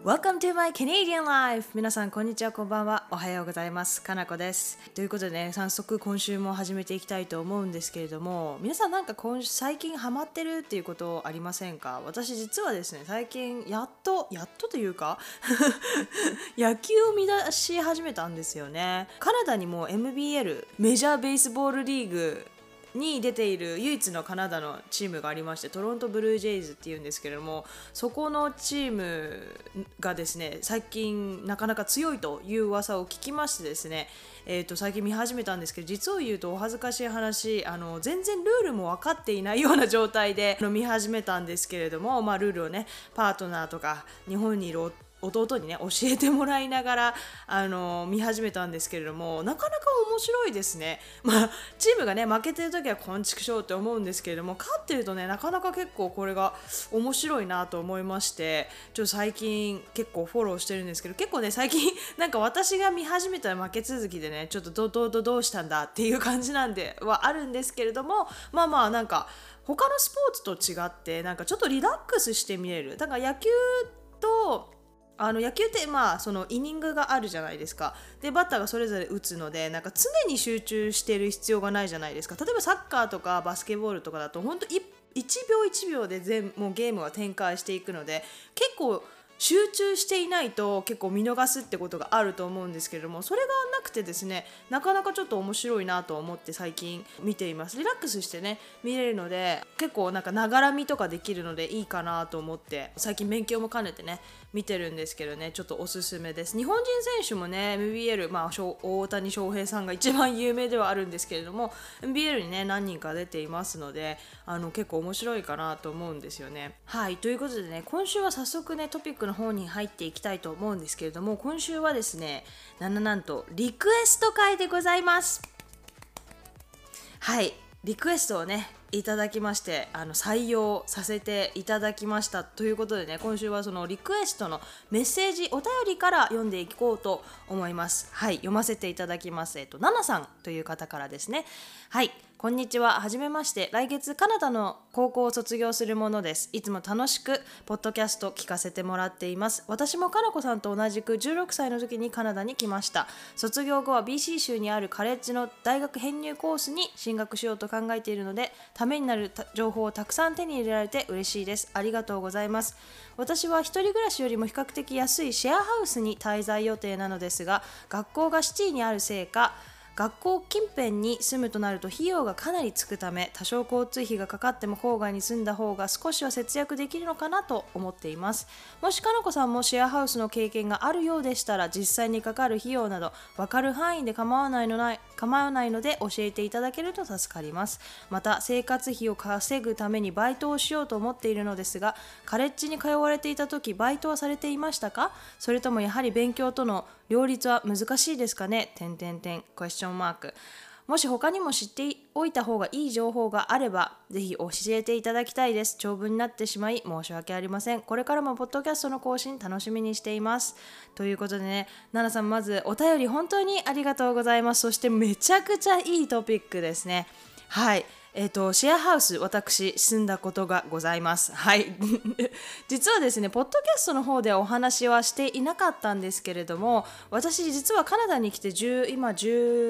Welcome to my Canadian life! 皆さんこんにちは、こんばんは、おはようございます。かなこです。ということでね、早速今週も始めていきたいと思うんですけれども、皆さんなんか最近ハマってるっていうことありませんか？私実はですね、最近やっとというか野球を見出し始めたんですよね。カナダにも MBL メジャーベースボールリーグに出ている唯一のカナダのチームがありまして、トロントブルージェイズっていうんですけれども、そこのチームがですね、最近なかなか強いという噂を聞きましてですね、最近見始めたんですけど、実を言うとお恥ずかしい話、全然ルールも分かっていないような状態で見始めたんですけれども、ルールをね、パートナーとか日本にいる弟にね教えてもらいながら見始めたんですけれども、なかなか面白いですね。チームがね負けてる時はこんちくしょうって思うんですけれども、勝ってるとねなかなか結構これが面白いなと思いまして、ちょっと最近結構フォローしてるんですけど、結構ね最近なんか私が見始めた負け続きでね、ちょっとどうしたんだっていう感じなんではあるんですけれども、なんか他のスポーツと違ってなんかちょっとリラックスして見れる。だから野球と野球ってそのイニングがあるじゃないですか。でバッターがそれぞれ打つので、なんか常に集中してる必要がないじゃないですか。例えばサッカーとかバスケボールとかだと本当1秒1秒でもうゲームは展開していくので、結構集中していないと結構見逃すってことがあると思うんですけれども、それがなくてですね、なかなかちょっと面白いなと思って最近見ています。リラックスしてね見れるので、結構なんかながら見とかできるのでいいかなと思って、最近勉強も兼ねてね見てるんですけどね、ちょっとおすすめです。日本人選手もね MBL、大谷翔平さんが一番有名ではあるんですけれども、 MBL にね何人か出ていますので、結構面白いかなと思うんですよね。はい、ということでね、今週は早速ねトピックの方に入っていきたいと思うんですけれども、今週はですねなんとリクエスト会でございます。はい、リクエストをねいただきまして、採用させていただきましたということでね、今週はそのリクエストのメッセージお便りから読んでいこうと思います。はい、読ませていただきます。ナナさんという方からですね。はい、こんにちは。はじめまして。来月カナダの高校を卒業するものです。いつも楽しくポッドキャスト聞かせてもらっています。私もかなこさんと同じく16歳の時にカナダに来ました。卒業後は BC 州にあるカレッジの大学編入コースに進学しようと考えているので、ためになる情報をたくさん手に入れられて嬉しいです。ありがとうございます。私は一人暮らしよりも比較的安いシェアハウスに滞在予定なのですが、学校がシティにあるせいか、学校近辺に住むとなると費用がかなりつくため、多少交通費がかかっても郊外に住んだ方が少しは節約できるのかなと思っています。もしかなこさんもシェアハウスの経験があるようでしたら、実際にかかる費用など分かる範囲で構わないので教えていただけると助かります。また生活費を稼ぐためにバイトをしようと思っているのですが、カレッジに通われていた時バイトはされていましたか？それともやはり勉強との両立は難しいですかね？クエスチョンマーク。もし他にも知っておいた方がいい情報があればぜひ教えていただきたいです。長文になってしまい申し訳ありません。これからもポッドキャストの更新楽しみにしています。ということでね、ナナさん、まずお便り本当にありがとうございます。そしてめちゃくちゃいいトピックですね。はい、シェアハウス、私住んだことがございます。はい実はですねポッドキャストの方ではお話はしていなかったんですけれども、私実はカナダに来て今年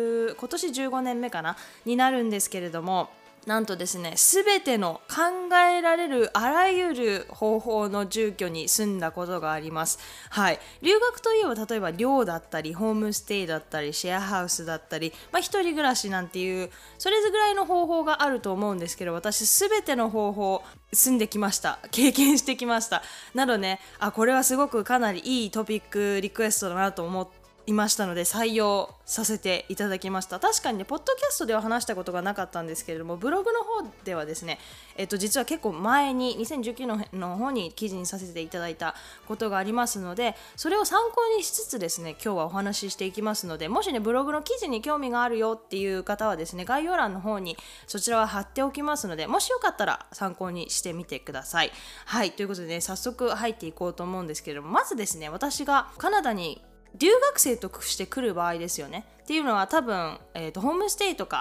15年目かなになるんですけれども、なんとですね、すべての考えられるあらゆる方法の住居に住んだことがあります。はい、留学といえば例えば寮だったりホームステイだったりシェアハウスだったり、一人暮らしなんていうそれぐらいの方法があると思うんですけど、私すべての方法住んできました。経験してきました。なのでね、これはすごくかなりいいトピックリクエストだなと思っていましたので採用させていただきました。確かにねポッドキャストでは話したことがなかったんですけれども、ブログの方ではですね、実は結構前に2019年の方に記事にさせていただいたことがありますので、それを参考にしつつですね今日はお話ししていきますので、もしねブログの記事に興味があるよっていう方はですね、概要欄の方にそちらは貼っておきますので、もしよかったら参考にしてみてください。はい、ということでね、早速入っていこうと思うんですけれども、まずですね、私がカナダに留学生として来る場合ですよねっていうのは多分、ホームステイとか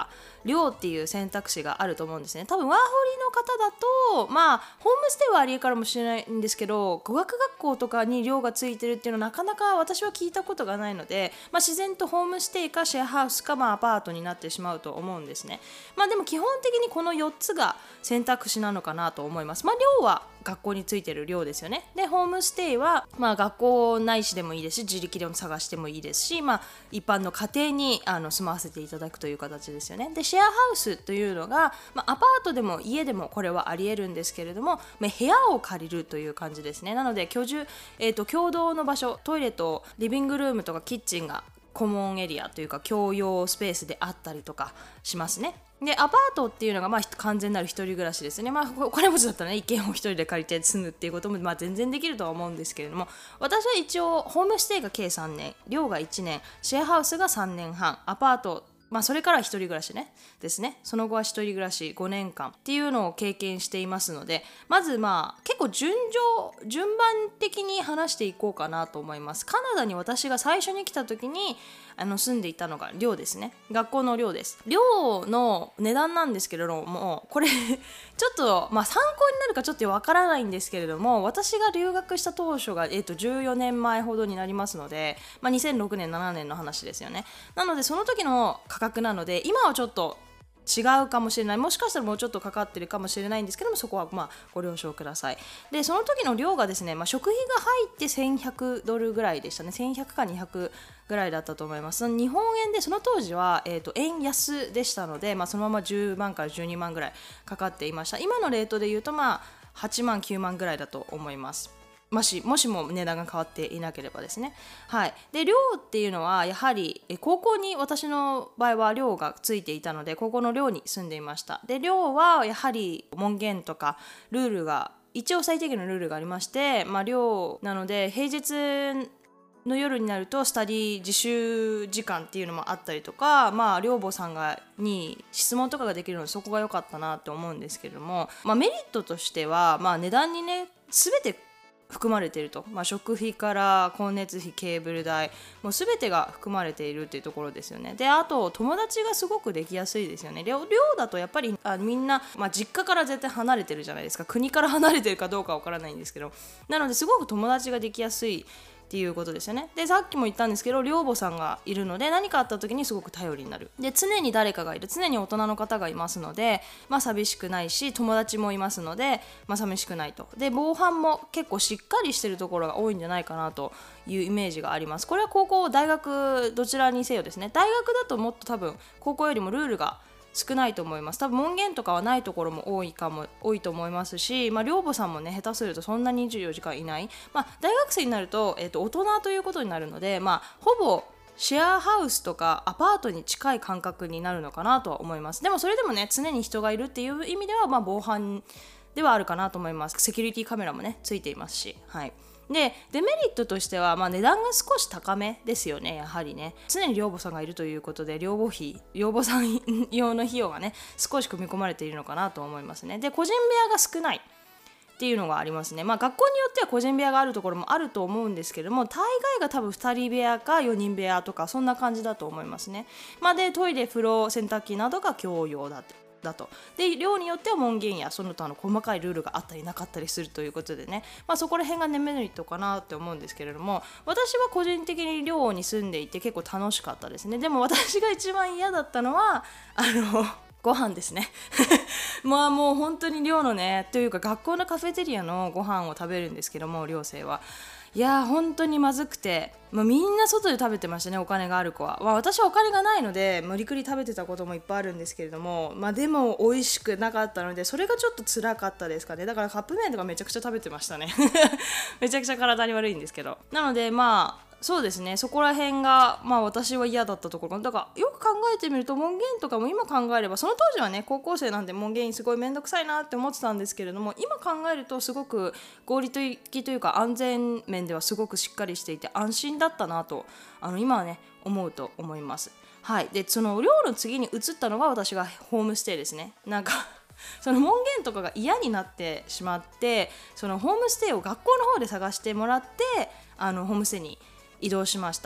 寮っていう選択肢があると思うんですね。多分ワーホリの方だとホームステイはありえかもしれないんですけど、語学学校とかに寮がついてるっていうのはなかなか私は聞いたことがないので、自然とホームステイかシェアハウスかアパートになってしまうと思うんですね。でも基本的にこの4つが選択肢なのかなと思います。寮は学校についてる寮ですよね。でホームステイは学校内しでもいいですし、自力でも探してもいいですし、一般の家庭に住まわせていただくという形ですよね。でシェアハウスというのが、アパートでも家でもこれはありえるんですけれども、部屋を借りるという感じですね。なので共同の場所、トイレとリビングルームとかキッチンがコモンエリアというか共用スペースであったりとかしますね。でアパートっていうのが完全なる一人暮らしですね。お金持ちだったらね、一軒を一人で借りて住むっていうことも全然できるとは思うんですけれども、私は一応ホームステイが計3年、寮が1年、シェアハウスが3年半、アパートそれから一人暮らしですね。その後は一人暮らし5年間っていうのを経験していますので、まず結構順番的に話していこうかなと思います。カナダに私が最初に来た時に住んでいたのが寮ですね。学校の寮です。寮の値段なんですけれども、これちょっと参考になるかちょっとわからないんですけれども、私が留学した当初が、14年前ほどになりますので、2006年7年の話ですよね。なのでその時の価格なので、今はちょっと違うかもしれない、もしかしたらもうちょっとかかってるかもしれないんですけども、そこはご了承ください。でその時の量がですね、食費が入って$1100ぐらいでしたね。1100か200ぐらいだったと思います。日本円でその当時は、円安でしたので、そのまま10万から12万ぐらいかかっていました。今のレートで言うと8万9万ぐらいだと思います。もしも値段が変わっていなければですね。はい。で寮っていうのはやはり高校に、私の場合は寮がついていたので高校の寮に住んでいました。で寮はやはり門限とかルールが、一応最低限のルールがありまして、寮なので平日の夜になるとスタディ自習時間っていうのもあったりとか、寮母さんに質問とかができるので、そこが良かったなと思うんですけれども、メリットとしては、値段にね全て含まれていると、食費から光熱費、ケーブル代、もう全てが含まれているっていうところですよね。であと友達がすごくできやすいですよね。寮だとやっぱりみんな、実家から絶対離れてるじゃないですか。国から離れてるかどうかわからないんですけど、なのですごく友達ができやすいっていうことですよね。でさっきも言ったんですけど、寮母さんがいるので何かあった時にすごく頼りになる。で常に誰かがいる、常に大人の方がいますので、寂しくないし、友達もいますので、寂しくないと。で防犯も結構しっかりしてるところが多いんじゃないかなというイメージがあります。これは高校、大学どちらにせよですね。大学だともっと多分高校よりもルールが少ないと思います。多分門限とかはないところも多いと思いますし、寮母さんもね下手するとそんなに24時間いない、大学生になると、大人ということになるので、ほぼシェアハウスとかアパートに近い感覚になるのかなとは思います。でもそれでもね、常に人がいるっていう意味では、防犯ではあるかなと思います。セキュリティカメラもねついていますし、はい。でデメリットとしては、値段が少し高めですよね。やはりね、常に寮母さんがいるということで、寮母さん用の費用がね少し組み込まれているのかなと思いますね。で個人部屋が少ないっていうのがありますね。学校によっては個人部屋があるところもあると思うんですけども、大概が多分2人部屋か4人部屋とかそんな感じだと思いますね。でトイレ、風呂、洗濯機などが共用だと。で寮によっては門限やその他の細かいルールがあったりなかったりするということでね、そこら辺がデメリットかなって思うんですけれども、私は個人的に寮に住んでいて結構楽しかったですね。でも私が一番嫌だったのはご飯ですねもう本当に寮のね、というか学校のカフェテリアのご飯を食べるんですけども、寮生はいや本当にまずくて、みんな外で食べてましたね。お金がある子は、私はお金がないので無理くり食べてたこともいっぱいあるんですけれども、でも美味しくなかったので、それがちょっと辛かったですかね。だからカップ麺とかめちゃくちゃ食べてましたねめちゃくちゃ体に悪いんですけど、なのでそうですね、そこら辺が私は嫌だったところだから、よく考えてみると門限とかも今考えれば、その当時はね高校生なんで門限すごいめんどくさいなって思ってたんですけれども、今考えるとすごく合理的というか安全面ではすごくしっかりしていて安心だったなと今はね思うと思います。はい。でその寮の次に移ったのが私がホームステイですね。その門限とかが嫌になってしまって、そのホームステイを学校の方で探してもらってホームステイに移動しました。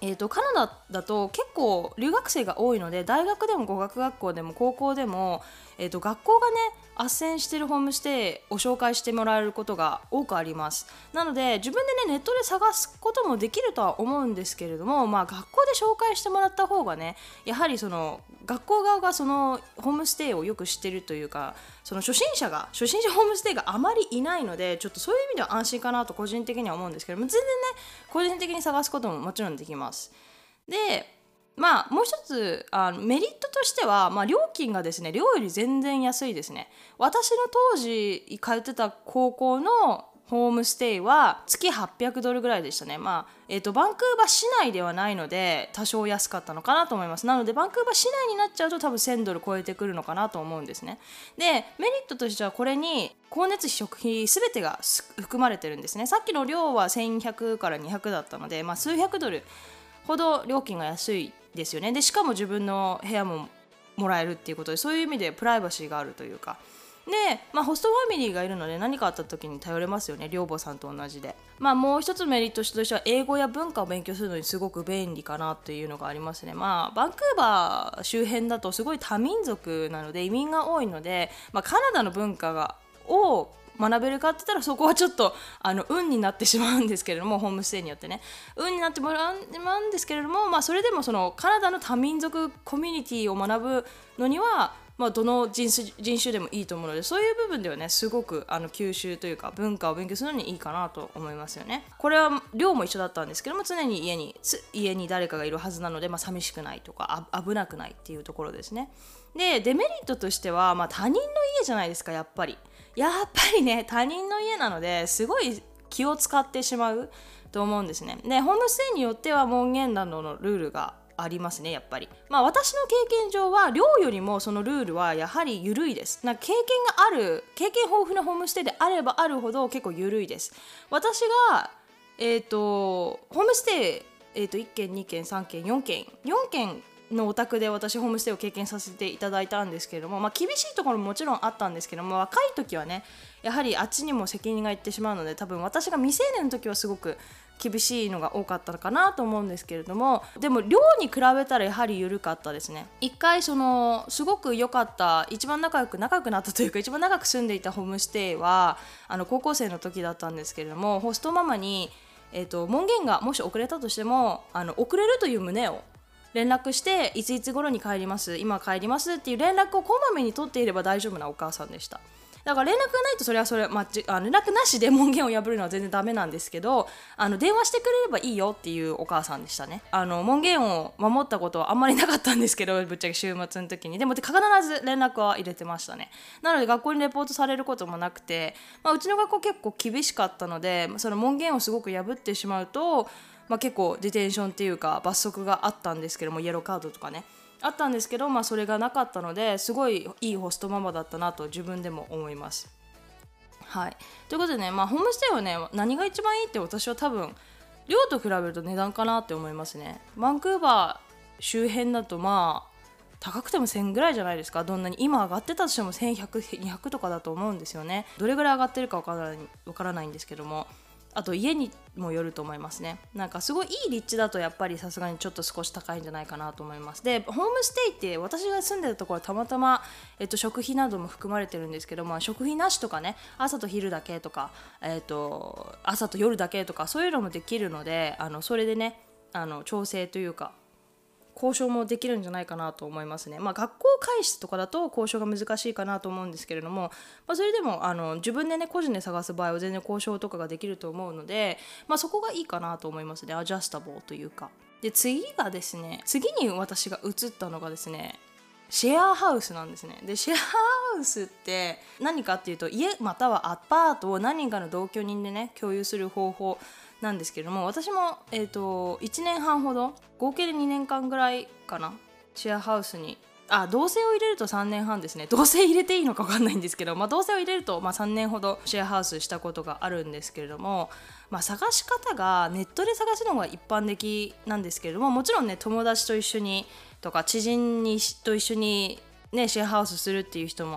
カナダだと結構留学生が多いので、大学でも語学学校でも高校でも、学校がね斡旋しているホームステイを紹介してもらえることが多くあります。なので自分でねネットで探すこともできるとは思うんですけれども、学校で紹介してもらった方がね、やはりその学校側がそのホームステイをよく知ってるというか、その初心者ホームステイがあまりいないので、ちょっとそういう意味では安心かなと個人的には思うんですけども、全然ね個人的に探すことももちろんできます。でもう一つメリットとしては、料金がですね寮より全然安いですね。私の当時通ってた高校のホームステイは月$800ぐらいでしたね。バンクーバー市内ではないので多少安かったのかなと思います。なのでバンクーバー市内になっちゃうと多分$1000超えてくるのかなと思うんですね。でメリットとしてはこれに光熱費食費全てが含まれてるんですね。さっきの寮は1100から200だったので、数百ドルほど料金が安いですよね。でしかも自分の部屋ももらえるっていうことで、そういう意味でプライバシーがあるというかで、ホストファミリーがいるので何かあった時に頼れますよね、寮母さんと同じで。もう一つのメリットとしては英語や文化を勉強するのにすごく便利かなというのがありますね。バンクーバー周辺だとすごい多民族なので移民が多いので、カナダの文化を学べるかって言ったらそこはちょっと運になってしまうんですけれども、ホームステイによってね運になってもらうんですけれども、それでもそのカナダの多民族コミュニティを学ぶのにはどの人種でもいいと思うので、そういう部分ではねすごく吸収というか文化を勉強するのにいいかなと思いますよね。これは寮も一緒だったんですけども、常に家に誰かがいるはずなので、寂しくないとか危なくないっていうところですね。でデメリットとしては、他人の家じゃないですか。やっぱりね他人の家なのですごい気を使ってしまうと思うんですね。でホームステイによっては門限などのルールがありますね。やっぱり私の経験上は寮よりもそのルールはやはり緩いです。経験豊富なホームステイであればあるほど結構緩いです。私がホームステイ、1件2件3件4件のお宅で私ホームステイを経験させていただいたんですけれども、厳しいところももちろんあったんですけども、若い時はねやはりあっちにも責任がいってしまうので、多分私が未成年の時はすごく厳しいのが多かったのかなと思うんですけれども、でも寮に比べたらやはり緩かったですね。一回すごく良かった一番仲良くなったというか一番長く住んでいたホームステイは高校生の時だったんですけれども、ホストママに、門限がもし遅れたとしても遅れるという旨を連絡していつ頃に帰ります今帰りますっていう連絡をこまめに取っていれば大丈夫なお母さんでした。だから連絡がないとそれは連絡なしで門限を破るのは全然ダメなんですけど、電話してくれればいいよっていうお母さんでしたね。門限を守ったことはあんまりなかったんですけど、ぶっちゃけ週末の時にでも必ず連絡は入れてましたね。なので学校にレポートされることもなくて、うちの学校結構厳しかったので、その門限をすごく破ってしまうと結構ディテンションっていうか罰則があったんですけども、イエローカードとかねあったんですけど、それがなかったのですごいいいホストママだったなと自分でも思います。はい、ということでね、ホームステイはね何が一番いいって私は多分寮と比べると値段かなって思いますね。バンクーバー周辺だと高くても1000ぐらいじゃないですか。どんなに今上がってたとしても1100、200とかだと思うんですよね。どれぐらい上がってるかわからないんですけども、あと家にもよると思いますね。すごいいい立地だとやっぱりさすがにちょっと少し高いんじゃないかなと思います。でホームステイって私が住んでたところはたまたま、食費なども含まれてるんですけど、食費なしとかね朝と昼だけとか、朝と夜だけとかそういうのもできるのでそれでね調整というか交渉もできるんじゃないかなと思いますね。学校開始とかだと交渉が難しいかなと思うんですけれども、それでも自分でね個人で探す場合は全然交渉とかができると思うので、そこがいいかなと思いますね。アジャスタボーというか。で次に私が移ったのがですねシェアハウスなんですね。でシェアハウスって何かっていうと、家またはアパートを何人かの同居人でね共有する方法なんですけれども、私も、1年半ほど合計で2年間ぐらいかなシェアハウスに同棲を入れると3年半ですね。同棲入れていいのか分かんないんですけど、同棲を入れると、3年ほどシェアハウスしたことがあるんですけれども、探し方がネットで探すのが一般的なんですけれども、もちろんね友達と一緒にとか知人と一緒にねシェアハウスするっていう人も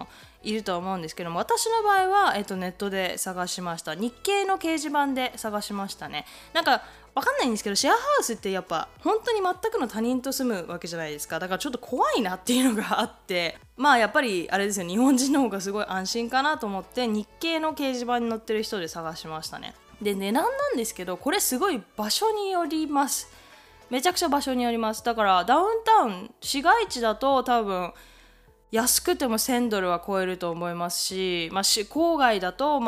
いるとは思うんですけども、私の場合は、ネットで探しました。日経の掲示板で探しましたね。なんかわかんないんですけど、シェアハウスってやっぱ本当に全くの他人と住むわけじゃないですか。だからちょっと怖いなっていうのがあって、まあやっぱりあれですよ、日本人の方がすごい安心かなと思って日経の掲示板に載ってる人で探しましたね。で、値段なんですけど、これすごい場所によります。めちゃくちゃ場所によります。だからダウンタウン市街地だと多分安くても$1000は超えると思いますし、郊外だと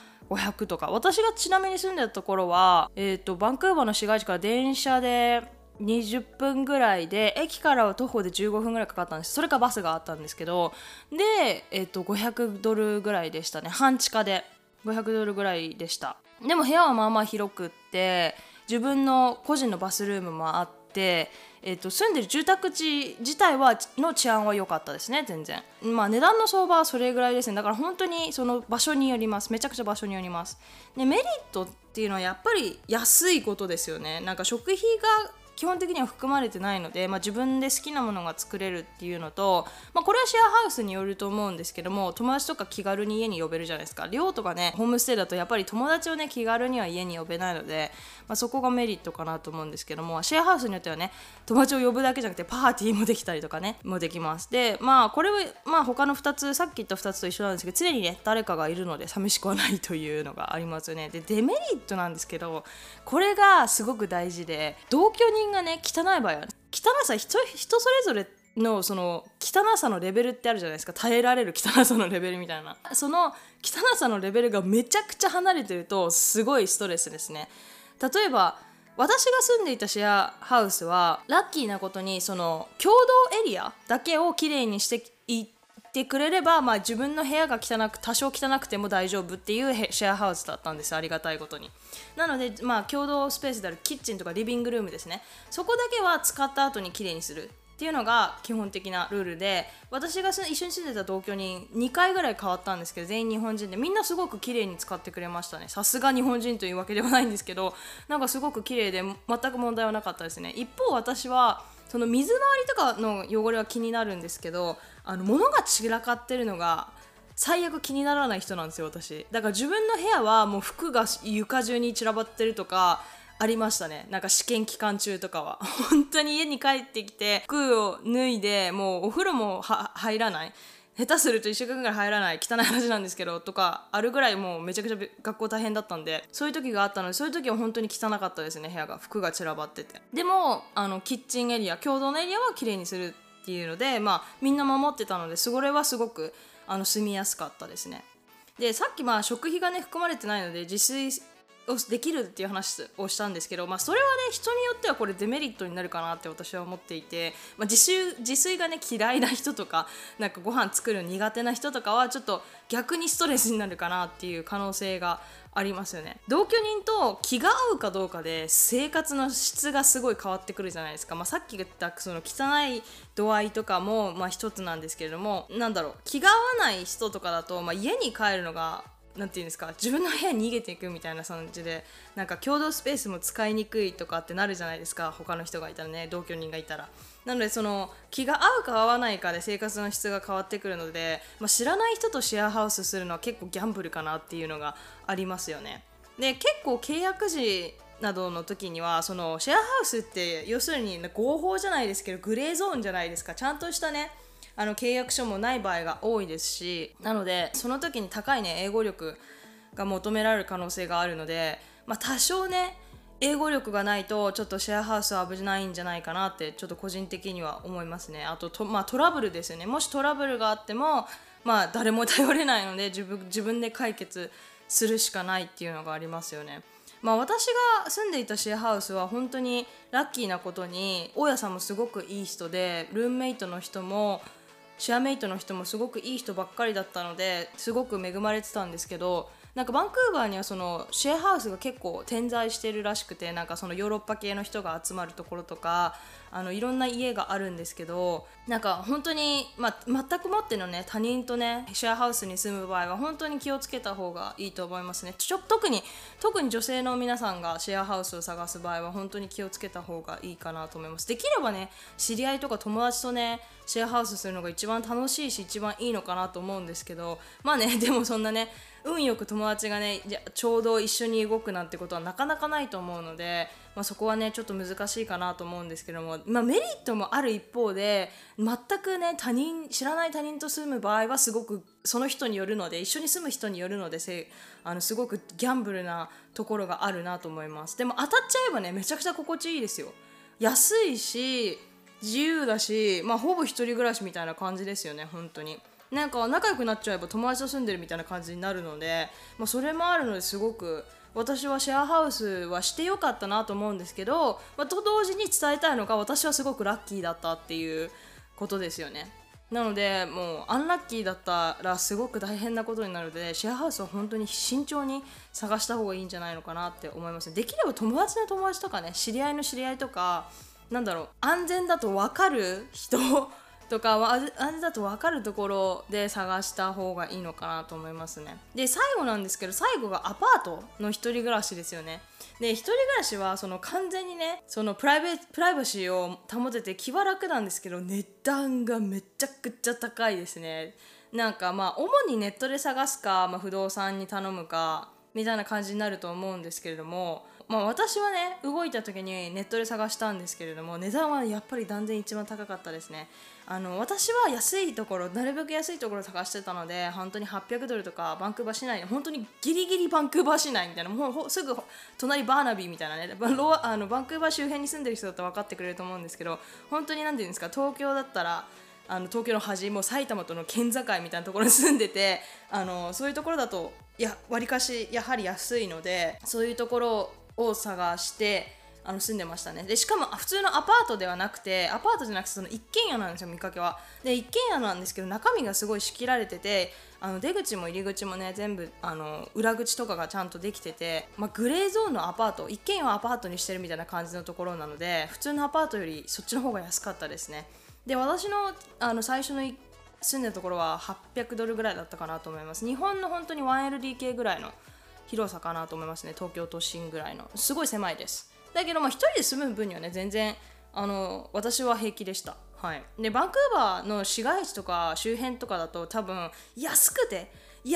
500とか。私がちなみに住んでたところは、バンクーバーの市街地から電車で20分ぐらいで、駅からは徒歩で15分ぐらいかかったんです。それかバスがあったんですけど、で、$500ぐらいでしたね。半地下で$500ぐらいでした。でも部屋はまあまあ広くって、自分の個人のバスルームもあって、住んでる住宅地自体の治安は良かったですね。全然値段の相場はそれぐらいですね。だから本当にその場所によります。めちゃくちゃ場所によります。で、メリットっていうのはやっぱり安いことですよね。なんか食費が基本的には含まれてないので、自分で好きなものが作れるっていうのと、これはシェアハウスによると思うんですけども、友達とか気軽に家に呼べるじゃないですか。寮とかね、ホームステイだとやっぱり友達をね気軽には家に呼べないので、そこがメリットかなと思うんですけども、シェアハウスによってはね、友達を呼ぶだけじゃなくてパーティーもできたりとかねもできます。で、これは他の2つ、さっき言った2つと一緒なんですけど、常にね誰かがいるので寂しくはないというのがありますよね。で、デメリットなんですけど、これがすごく大事で、同居人がね汚い場合は、汚さ人それぞれのその汚さのレベルってあるじゃないですか。耐えられる汚さのレベルみたいな、その汚さのレベルがめちゃくちゃ離れてるとすごいストレスですね。例えば私が住んでいたシェアハウスはラッキーなことに、その共同エリアだけをきれいにしていってくれれば、自分の部屋が多少汚くても大丈夫っていうシェアハウスだったんです。ありがたいことに。なので、共同スペースであるキッチンとかリビングルームですね、そこだけは使った後にきれいにするっていうのが基本的なルールで、私が一緒に住んでた同居人2回ぐらい変わったんですけど、全員日本人でみんなすごく綺麗に使ってくれましたね。さすが日本人というわけではないんですけど、なんかすごく綺麗で全く問題はなかったですね。一方私はその水回りとかの汚れは気になるんですけど、物が散らかってるのが最悪気にならない人なんですよ、私。だから自分の部屋はもう服が床中に散らばってるとかありましたね。なんか試験期間中とかは本当に家に帰ってきて服を脱いで、もうお風呂も入らない、下手すると1週間ぐらい入らない、汚い話なんですけどとかあるぐらい、もうめちゃくちゃ学校大変だったんで、そういう時があったので、そういう時は本当に汚かったですね。部屋が服が散らばってて。でもキッチンエリア、共同のエリアは綺麗にするっていうので、みんな守ってたので、それはすごく住みやすかったですね。で、さっき食費がね含まれてないので自炊をできるっていう話をしたんですけど、それはね人によってはこれデメリットになるかなって私は思っていて、自炊がね嫌いな人とか、なんかご飯作るの苦手な人とかはちょっと逆にストレスになるかなっていう可能性がありますよね。同居人と気が合うかどうかで生活の質がすごい変わってくるじゃないですか。さっき言ったその汚い度合いとかも一つなんですけれども、気が合わない人とかだと、家に帰るのがなんていうんですか、自分の部屋に逃げていくみたいな感じで、なんか共同スペースも使いにくいとかってなるじゃないですか、他の人がいたらね、同居人がいたら。なのでその気が合うか合わないかで生活の質が変わってくるので、知らない人とシェアハウスするのは結構ギャンブルかなっていうのがありますよね。で、結構契約時などの時には、そのシェアハウスって要するに合法じゃないですけどグレーゾーンじゃないですか。ちゃんとしたね契約書もない場合が多いですし、なのでその時に高いね英語力が求められる可能性があるので、多少ね英語力がないとちょっとシェアハウスは危ないんじゃないかなってちょっと個人的には思いますね。あとトラブルですよね。もしトラブルがあっても誰も頼れないので自分で解決するしかないっていうのがありますよね。私が住んでいたシェアハウスは本当にラッキーなことに大家さんもすごくいい人で、ルームメイトの人もシェアメイトの人もすごくいい人ばっかりだったので、すごく恵まれてたんですけど、 なんかバンクーバーにはそのシェアハウスが結構点在してるらしくて、なんかそのヨーロッパ系の人が集まるところとかいろんな家があるんですけど、なんか本当に、全くもってのね他人とねシェアハウスに住む場合は本当に気をつけた方がいいと思いますね。特に女性の皆さんがシェアハウスを探す場合は本当に気をつけた方がいいかなと思います。できればね知り合いとか友達とねシェアハウスするのが一番楽しいし一番いいのかなと思うんですけど、でもそんなね運よく友達がねちょうど一緒に動くなんてことはなかなかないと思うので、そこはねちょっと難しいかなと思うんですけども、メリットもある一方で全くね知らない他人と住む場合はすごくその人によるので、一緒に住む人によるのですごくギャンブルなところがあるなと思います。でも当たっちゃえばねめちゃくちゃ心地いいですよ。安いし自由だし、ほぼ一人暮らしみたいな感じですよね。本当になんか仲良くなっちゃえば友達と住んでるみたいな感じになるので、それもあるのですごく私はシェアハウスはしてよかったなと思うんですけど、と同時に伝えたいのが私はすごくラッキーだったっていうことですよね。なのでもうアンラッキーだったらすごく大変なことになるので、シェアハウスは本当に慎重に探した方がいいんじゃないのかなって思います。できれば友達の友達とかね、知り合いの知り合いとか、安全だと分かる人とか安全だと分かるところで探した方がいいのかなと思いますね。で最後なんですけど、最後がアパートの一人暮らしですよね。で一人暮らしはその完全にねそのプライバシーを保てて気は楽なんですけど、値段がめちゃくちゃ高いですね。主にネットで探すか、不動産に頼むかみたいな感じになると思うんですけれども、私はね動いた時にネットで探したんですけれども、値段はやっぱり断然一番高かったですね。私は安いところ、なるべく安いところを探してたので、本当に$800とかバンクーバー市内、本当にギリギリバンクーバー市内みたいな、もうすぐ隣バーナビーみたいなね、バンクーバー周辺に住んでる人だったら分かってくれると思うんですけど、本当になんていうんですか、東京だったら東京の端、もう埼玉との県境みたいなところに住んでて、そういうところだとわりかしやはり安いので、そういうところを探して住んでましたね。でしかも普通のアパートではなくて、その一軒家なんですよ、見かけは。で一軒家なんですけど、中身がすごい仕切られてて、出口も入り口もね全部裏口とかがちゃんとできてて、グレーゾーンのアパート、一軒家をアパートにしてるみたいな感じのところなので、普通のアパートよりそっちの方が安かったですね。で私の最初の住んでるところは$800ぐらいだったかなと思います。日本の本当に 1LDK ぐらいの広さかなと思いますね。東京都心ぐらいのすごい狭いです。だけど一人で住む分にはね全然私は平気でした。はい。でバンクーバーの市街地とか周辺とかだと多分安くて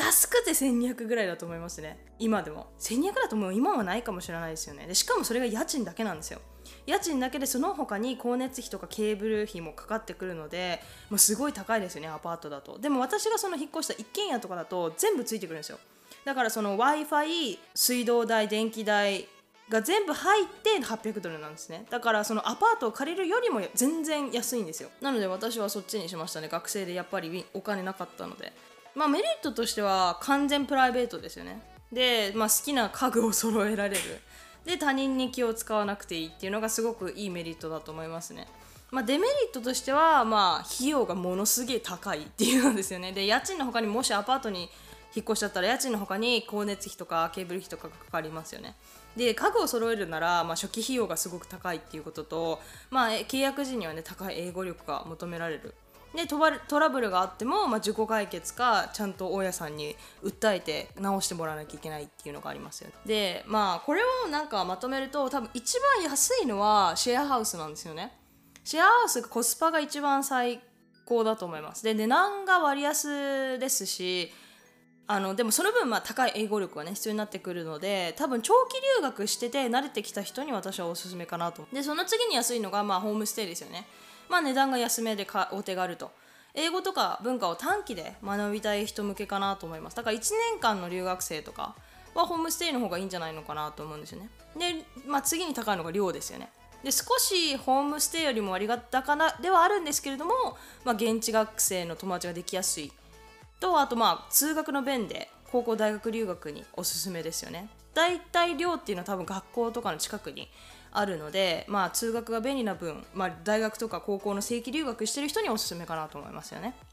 1200ぐらいだと思いますね。今でも1200だともう今はないかもしれないですよね。でしかもそれが家賃だけなんですよ。家賃だけで、その他に光熱費とかケーブル費もかかってくるので、すごい高いですよね、アパートだと。でも私がその引っ越した一軒家とかだと全部ついてくるんですよ。だからその Wi-Fi、水道代、電気代が全部入って$800なんですね。だからそのアパートを借りるよりも全然安いんですよ。なので私はそっちにしましたね。学生でやっぱりお金なかったので。メリットとしては完全プライベートですよね。で、好きな家具を揃えられる。で他人に気を使わなくていいっていうのがすごくいいメリットだと思いますね。デメリットとしては費用がものすげえ高いっていうのですよね。で家賃の他にもしアパートに引っ越しちゃったら家賃の他に光熱費とかケーブル費とかがかかりますよね。で家具を揃えるなら、初期費用がすごく高いっていうことと、契約時にはね高い英語力が求められる。でトラブルがあっても、自己解決かちゃんと大家さんに訴えて直してもらわなきゃいけないっていうのがありますよね。でこれをまとめると、多分一番安いのはシェアハウスなんですよね。シェアハウスがコスパが一番最高だと思います。で値段が割安ですし、でもその分高い英語力がね必要になってくるので、多分長期留学してて慣れてきた人に私はおすすめかなと。でその次に安いのがホームステイですよね。値段が安めでお手軽と、英語とか文化を短期で学びたい人向けかなと思います。だから1年間の留学生とかはホームステイの方がいいんじゃないのかなと思うんですよね。で、次に高いのが寮ですよね。で少しホームステイよりも割高なではあるんですけれども、現地学生の友達ができやすいと、あと通学の便で高校大学留学におすすめですよね。だいたい寮っていうのは多分学校とかの近くにあるので、通学が便利な分、大学とか高校の正規留学してる人におすすめかなと思いますよね。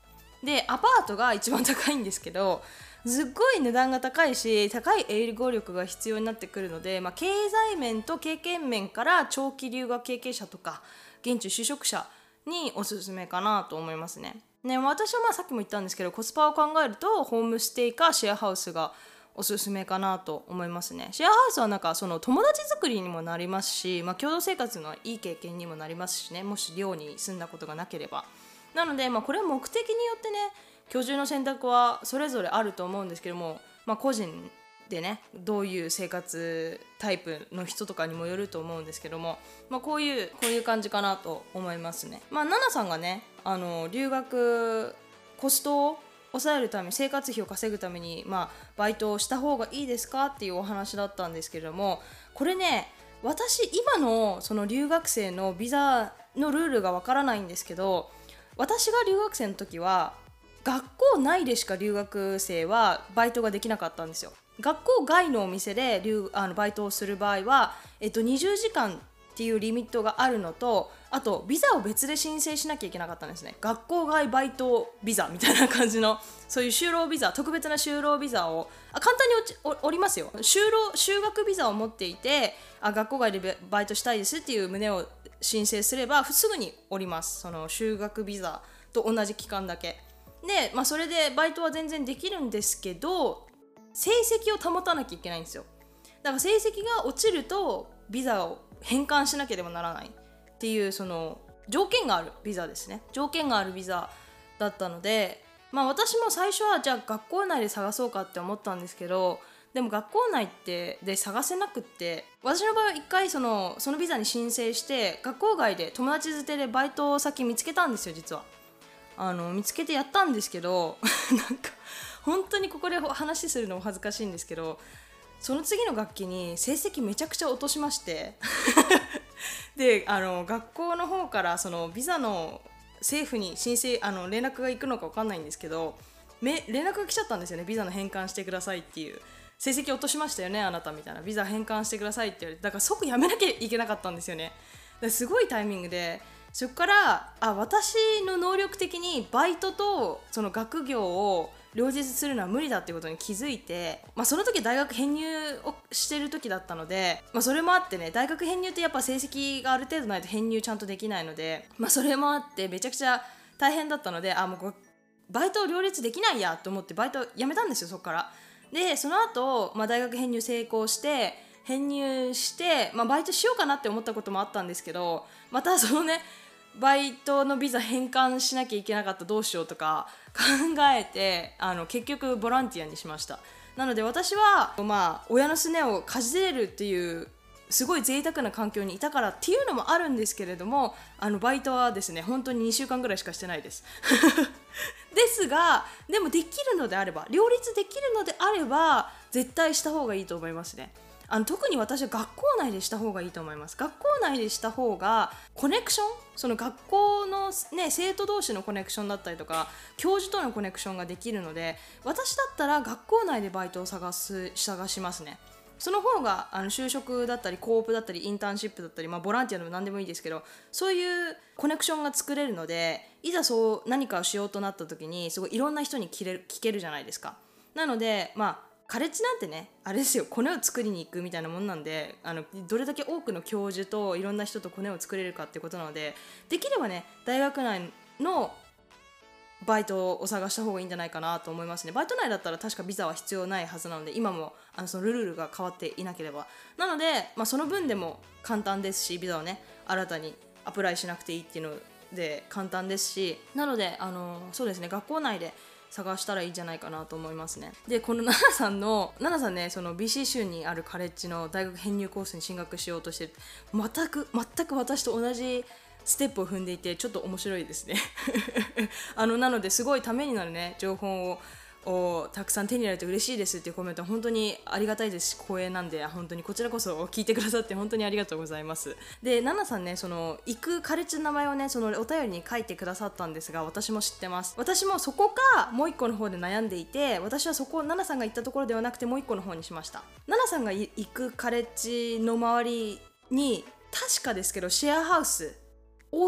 でアパートが一番高いんですけど、すっごい値段が高いし高い英語力が必要になってくるので、経済面と経験面から長期留学経験者とか現地就職者におすすめかなと思いますね。私はさっきも言ったんですけど、コスパを考えるとホームステイかシェアハウスがおすすめかなと思いますね。シェアハウスはその友達作りにもなりますし、共同生活のいい経験にもなりますしね、もし寮に住んだことがなければ。なので、これは目的によってね、居住の選択はそれぞれあると思うんですけども、個人でね、どういう生活タイプの人とかにもよると思うんですけども、こういう感じかなと思いますね。ナナさんがね、留学コストを抑えるため、生活費を稼ぐために、バイトをした方がいいですかっていうお話だったんですけれども、これね、私今のその留学生のビザのルールがわからないんですけど、私が留学生の時は学校内でしか留学生はバイトができなかったんですよ。学校外のお店でバイトをする場合は、20時間っていうリミットがあるのと、あとビザを別で申請しなきゃいけなかったんですね。学校外バイトビザみたいな感じの、そういう就労ビザ、特別な就労ビザを簡単におりますよ。就学ビザを持っていて、学校外でバイトしたいですっていう旨を申請すればすぐにおります。その就学ビザと同じ期間だけで、それでバイトは全然できるんですけど、成績を保たなきゃいけないんですよ。だから成績が落ちるとビザを返還しなければならないっていう、その条件があるビザですね。条件があるビザだったので、私も最初はじゃあ学校内で探そうかって思ったんですけど、でも学校内で探せなくって、私の場合は一回そのビザに申請して学校外で友達づてでバイト先見つけたんですよ。実は見つけてやったんですけど本当にここで話するのも恥ずかしいんですけど、その次の学期に成績めちゃくちゃ落としましてで学校の方からそのビザの政府に申請連絡が行くのか分かんないんですけど、連絡が来ちゃったんですよね。ビザの返還してくださいっていう、成績落としましたよねあなたみたいな、ビザ返還してくださいって言われて、だから即やめなきゃいけなかったんですよね。だからすごいタイミングで、そこから私の能力的にバイトとその学業を両立するのは無理だっていうことに気づいて、その時大学編入をしてる時だったので、それもあってね、大学編入ってやっぱ成績がある程度ないと編入ちゃんとできないので、それもあってめちゃくちゃ大変だったので、もうバイトを両立できないやと思ってバイト辞めたんですよ。そこからで、その後、大学編入成功して編入して、バイトしようかなって思ったこともあったんですけど、またそのねバイトのビザ返還しなきゃいけなかった、どうしようとか考えて結局ボランティアにしました。なので私は親のすねをかじれるっていうすごい贅沢な環境にいたからっていうのもあるんですけれども、バイトはですね本当に2週間ぐらいしかしてないですですが、でもできるのであれば、両立できるのであれば絶対した方がいいと思いますね。特に私は学校内でした方がいいと思います。学校内でした方がコネクション、その学校の、生徒同士のコネクションだったりとか教授とのコネクションができるので、私だったら学校内でバイトを探しますね。その方が就職だったりコープだったりインターンシップだったり、ボランティアでも何でもいいですけど、そういうコネクションが作れるので、いざ何かをしようとなった時にすごいいろんな人に聞けるじゃないですか。なのでカレッジなんてね、あれですよ、コネを作りに行くみたいなもんなんで、どれだけ多くの教授といろんな人とコネを作れるかっていうことなので、できればね大学内のバイトを探した方がいいんじゃないかなと思いますね。バイト内だったら確かビザは必要ないはずなので、今もそのルールが変わっていなければ、なので、その分でも簡単ですし、ビザをね新たにアプライしなくていいっていうので簡単ですし、なのでそうですね、学校内で探したらいいんじゃないかなと思いますね。で、このナナさんね、その BC 州にあるカレッジの大学編入コースに進学しようとしてる、全く私と同じステップを踏んでいて、ちょっと面白いですねなのですごいためになるね情報をたくさん手に入れて嬉しいですっていうコメントは本当にありがたいですし、光栄なんで、本当にこちらこそ聞いてくださって本当にありがとうございます。で、ナナさんね、その行くカレッジの名前をね、そのお便りに書いてくださったんですが、私も知ってます。私もそこかもう一個の方で悩んでいて、私はそこ、ナナさんが行ったところではなくてもう一個の方にしました。ナナさんが行くカレッジの周りに確かですけどシェアハウス多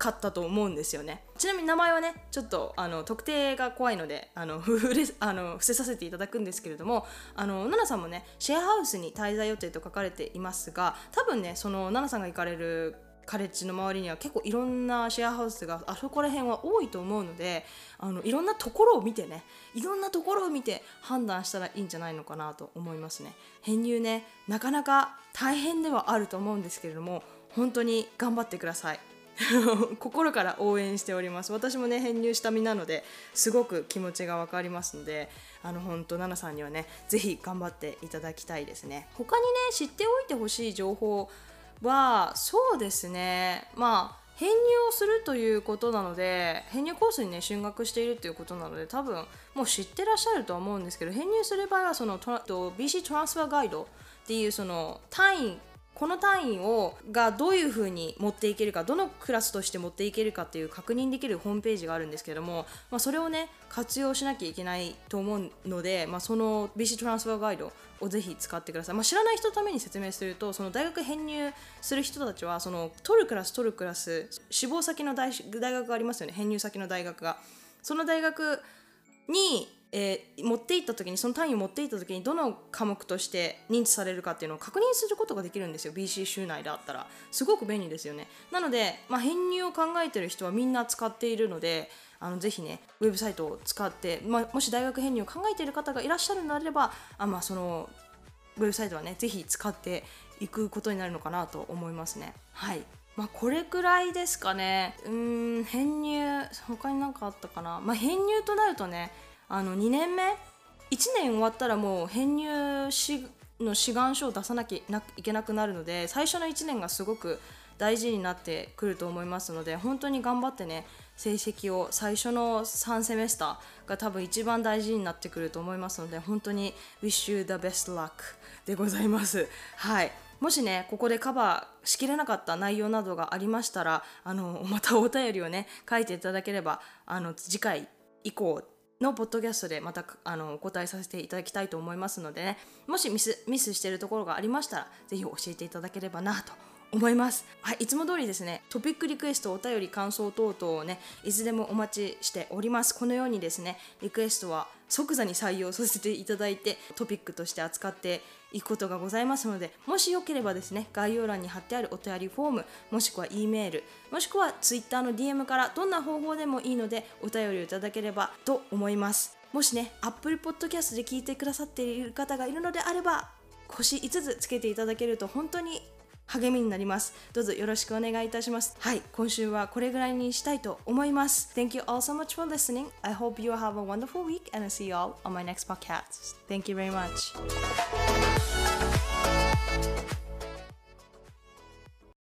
かったと思うんですよね。ちなみに名前はねちょっと特定が怖いので伏せさせていただくんですけれども、ナナさんもねシェアハウスに滞在予定と書かれていますが、多分ねそのナナさんが行かれるカレッジの周りには結構いろんなシェアハウスがあそこら辺は多いと思うので、いろんなところを見て判断したらいいんじゃないのかなと思いますね。編入ねなかなか大変ではあると思うんですけれども、本当に頑張ってください。心から応援しております。私もね編入した身なのですごく気持ちが分かりますので、本当ナナさんにはねぜひ頑張っていただきたいですね。他にね知っておいてほしい情報はそうですね、編入をするということなので、編入コースにね進学しているということなので多分もう知ってらっしゃるとは思うんですけど、編入する場合はそのBC トランスファーガイドっていうそのこの単位がどういう風に持っていけるか、どのクラスとして持っていけるかっていう確認できるホームページがあるんですけれども、それをね活用しなきゃいけないと思うので、その BC トランスファーガイドをぜひ使ってください。知らない人のために説明すると、その大学編入する人たちはその取るクラス志望先の大学がありますよね。編入先の大学がその大学に持っていった時に、その単位を持っていった時にどの科目として認知されるかっていうのを確認することができるんですよ。 BC 州内であったらすごく便利ですよね。なので、編入を考えている人はみんな使っているので、ぜひねウェブサイトを使って、もし大学編入を考えている方がいらっしゃるのであればそのウェブサイトはねぜひ使っていくことになるのかなと思いますね。はい、これくらいですかね。編入他に何かあったかな。編入となるとね2年目1年終わったらもう編入の志願書を出さなきゃいけなくなるので、最初の1年がすごく大事になってくると思いますので、本当に頑張ってね成績を最初の3セメスターが多分一番大事になってくると思いますので、本当に Wish you the best luck でございます。はい、もしねここでカバーしきれなかった内容などがありましたらまたお便りをね書いていただければ次回以降のポッドキャストでまたお答えさせていただきたいと思いますのでね、もしミスしているところがありましたらぜひ教えていただければなと思います。はい、いつも通りですねトピックリクエスト、お便り感想等々をねいつでもお待ちしております。このようにですねリクエストは即座に採用させていただいてトピックとして扱っていくことがございますので、もしよければですね概要欄に貼ってあるお便りフォーム、もしくは E メール、もしくは Twitter の DM からどんな方法でもいいのでお便りをいただければと思います。もしね Apple Podcast で聞いてくださっている方がいるのであれば星5つつけていただけると本当に励みになります。どうぞよろしくお願いいたします。はい、今週はこれぐらいにしたいと思います。Thank you all so much for listening. I hope you have a wonderful week and I see you all on my next podcast. Thank you very much.